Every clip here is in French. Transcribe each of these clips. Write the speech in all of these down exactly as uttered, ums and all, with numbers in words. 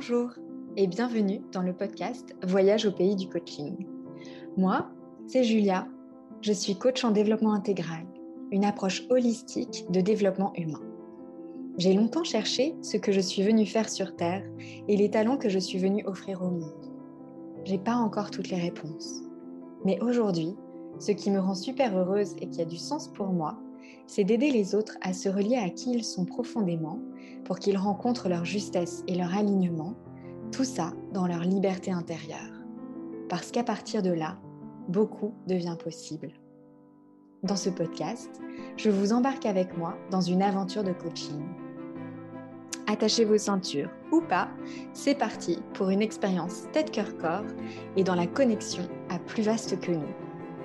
Bonjour et bienvenue dans le podcast Voyage au pays du coaching. Moi, c'est Julia, je suis coach en développement intégral, une approche holistique de développement humain. J'ai longtemps cherché ce que je suis venue faire sur Terre et les talents que je suis venue offrir au monde. J'ai pas encore toutes les réponses. Mais aujourd'hui, ce qui me rend super heureuse et qui a du sens pour moi, c'est d'aider les autres à se relier à qui ils sont profondément pour qu'ils rencontrent leur justesse et leur alignement, tout ça dans leur liberté intérieure. Parce qu'à partir de là, beaucoup devient possible. Dans ce podcast, je vous embarque avec moi dans une aventure de coaching. Attachez vos ceintures ou pas, c'est parti pour une expérience tête-cœur-corps et dans la connexion à plus vaste que nous.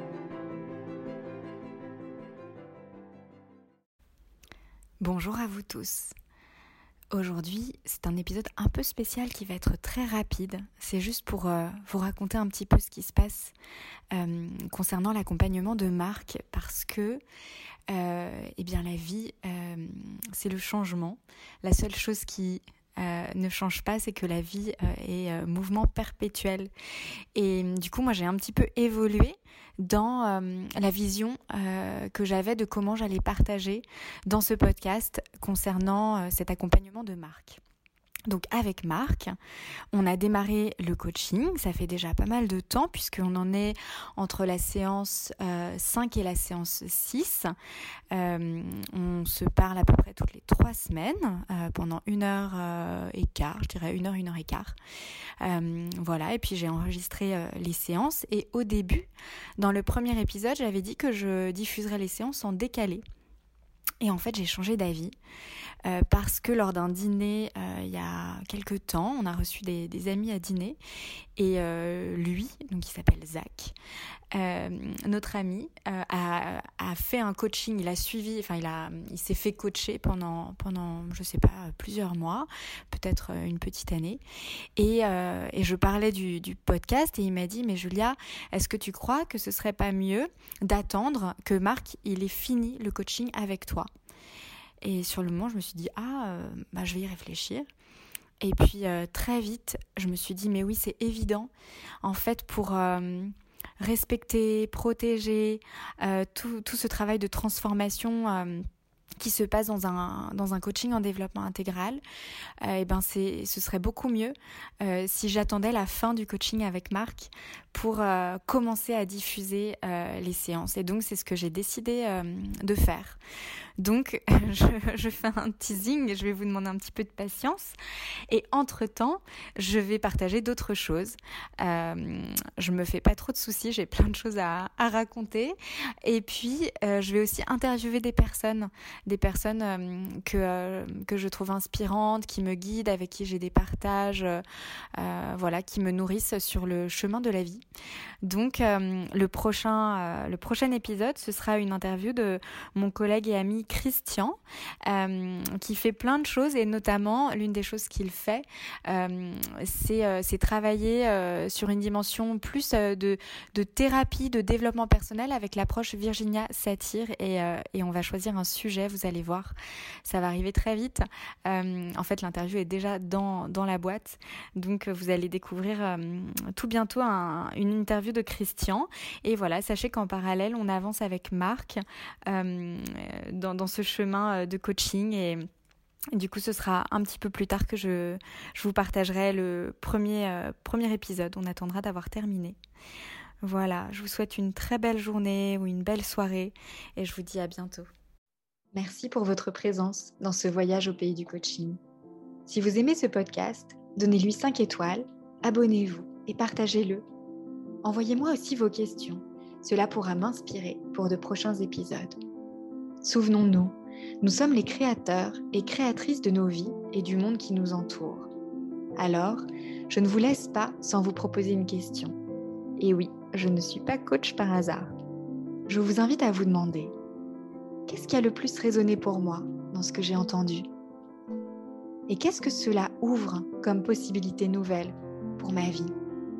Bonjour à vous tous. Aujourd'hui, c'est un épisode un peu spécial qui va être très rapide. C'est juste pour euh, vous raconter un petit peu ce qui se passe euh, concernant l'accompagnement de Marc parce que euh, eh bien, la vie, euh, c'est le changement. La seule chose qui euh, ne change pas, c'est que la vie euh, est euh, mouvement perpétuel. Et du coup, moi, j'ai un petit peu évolué dans euh, la vision euh, que j'avais de comment j'allais partager dans ce podcast concernant euh, cet accompagnement de Marc. Donc avec Marc, on a démarré le coaching, ça fait déjà pas mal de temps puisqu'on en est entre la séance euh, cinq et la séance six. Euh, on se parle à peu près toutes les trois semaines euh, pendant une heure euh, et quart, je dirais une heure, une heure et quart. Euh, voilà, et puis j'ai enregistré euh, les séances et au début, dans le premier épisode, j'avais dit que je diffuserais les séances en décalé. Et en fait, j'ai changé d'avis euh, parce que lors d'un dîner, euh, il y a quelques temps, on a reçu des, des amis à dîner et euh, lui, donc il s'appelle Zach, euh, notre ami, euh, a, a fait un coaching, il a suivi, enfin il a, il s'est fait coacher pendant, pendant, je sais pas, plusieurs mois, peut-être une petite année. Et, euh, et je parlais du, du podcast et il m'a dit, mais Julia, est-ce que tu crois que ce serait pas mieux d'attendre que Marc il ait fini le coaching avec toi? Et sur le moment, je me suis dit, ah, euh, bah, je vais y réfléchir. Et puis, euh, très vite, je me suis dit, mais oui, c'est évident. En fait, pour euh, respecter, protéger, euh, tout, tout ce travail de transformation euh, qui se passe dans un, dans un coaching en développement intégral, euh, et ben c'est, ce serait beaucoup mieux euh, si j'attendais la fin du coaching avec Marc pour euh, commencer à diffuser euh, les séances. Et donc, c'est ce que j'ai décidé euh, de faire. Donc, je, je fais un teasing, je vais vous demander un petit peu de patience. Et entre-temps, je vais partager d'autres choses. Euh, je me fais pas trop de soucis, j'ai plein de choses à, à raconter. Et puis, euh, je vais aussi interviewer des personnes, des personnes euh, que, euh, que je trouve inspirantes, qui me guident, avec qui j'ai des partages, euh, voilà, qui me nourrissent sur le chemin de la vie. Donc, euh, le prochain, euh, le prochain épisode, ce sera une interview de mon collègue et ami Christian, euh, qui fait plein de choses et notamment l'une des choses qu'il fait, euh, c'est, euh, c'est travailler euh, sur une dimension plus euh, de, de thérapie, de développement personnel avec l'approche Virginia Satir et, euh, et on va choisir un sujet, vous allez voir, ça va arriver très vite. Euh, en fait, l'interview est déjà dans, dans la boîte, donc vous allez découvrir euh, tout bientôt un, une interview de Christian et voilà, sachez qu'en parallèle, on avance avec Marc euh, dans dans ce chemin de coaching et du coup ce sera un petit peu plus tard que je, je vous partagerai le premier, euh, premier épisode. On attendra d'avoir terminé. Voilà, je vous souhaite une très belle journée ou une belle soirée et je vous dis à bientôt. Merci pour votre présence dans ce voyage au pays du coaching. Si vous aimez ce podcast, donnez-lui cinq étoiles, abonnez-vous et partagez-le. Envoyez-moi aussi vos questions, cela pourra m'inspirer pour de prochains épisodes. Souvenons-nous, nous sommes les créateurs et créatrices de nos vies et du monde qui nous entoure. Alors, je ne vous laisse pas sans vous proposer une question. Et oui, je ne suis pas coach par hasard. Je vous invite à vous demander, qu'est-ce qui a le plus résonné pour moi dans ce que j'ai entendu? Et qu'est-ce que cela ouvre comme possibilité nouvelle pour ma vie?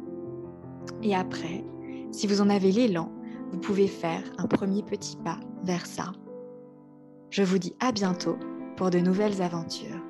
Et après, si vous en avez l'élan, vous pouvez faire un premier petit pas vers ça. Je vous dis à bientôt pour de nouvelles aventures.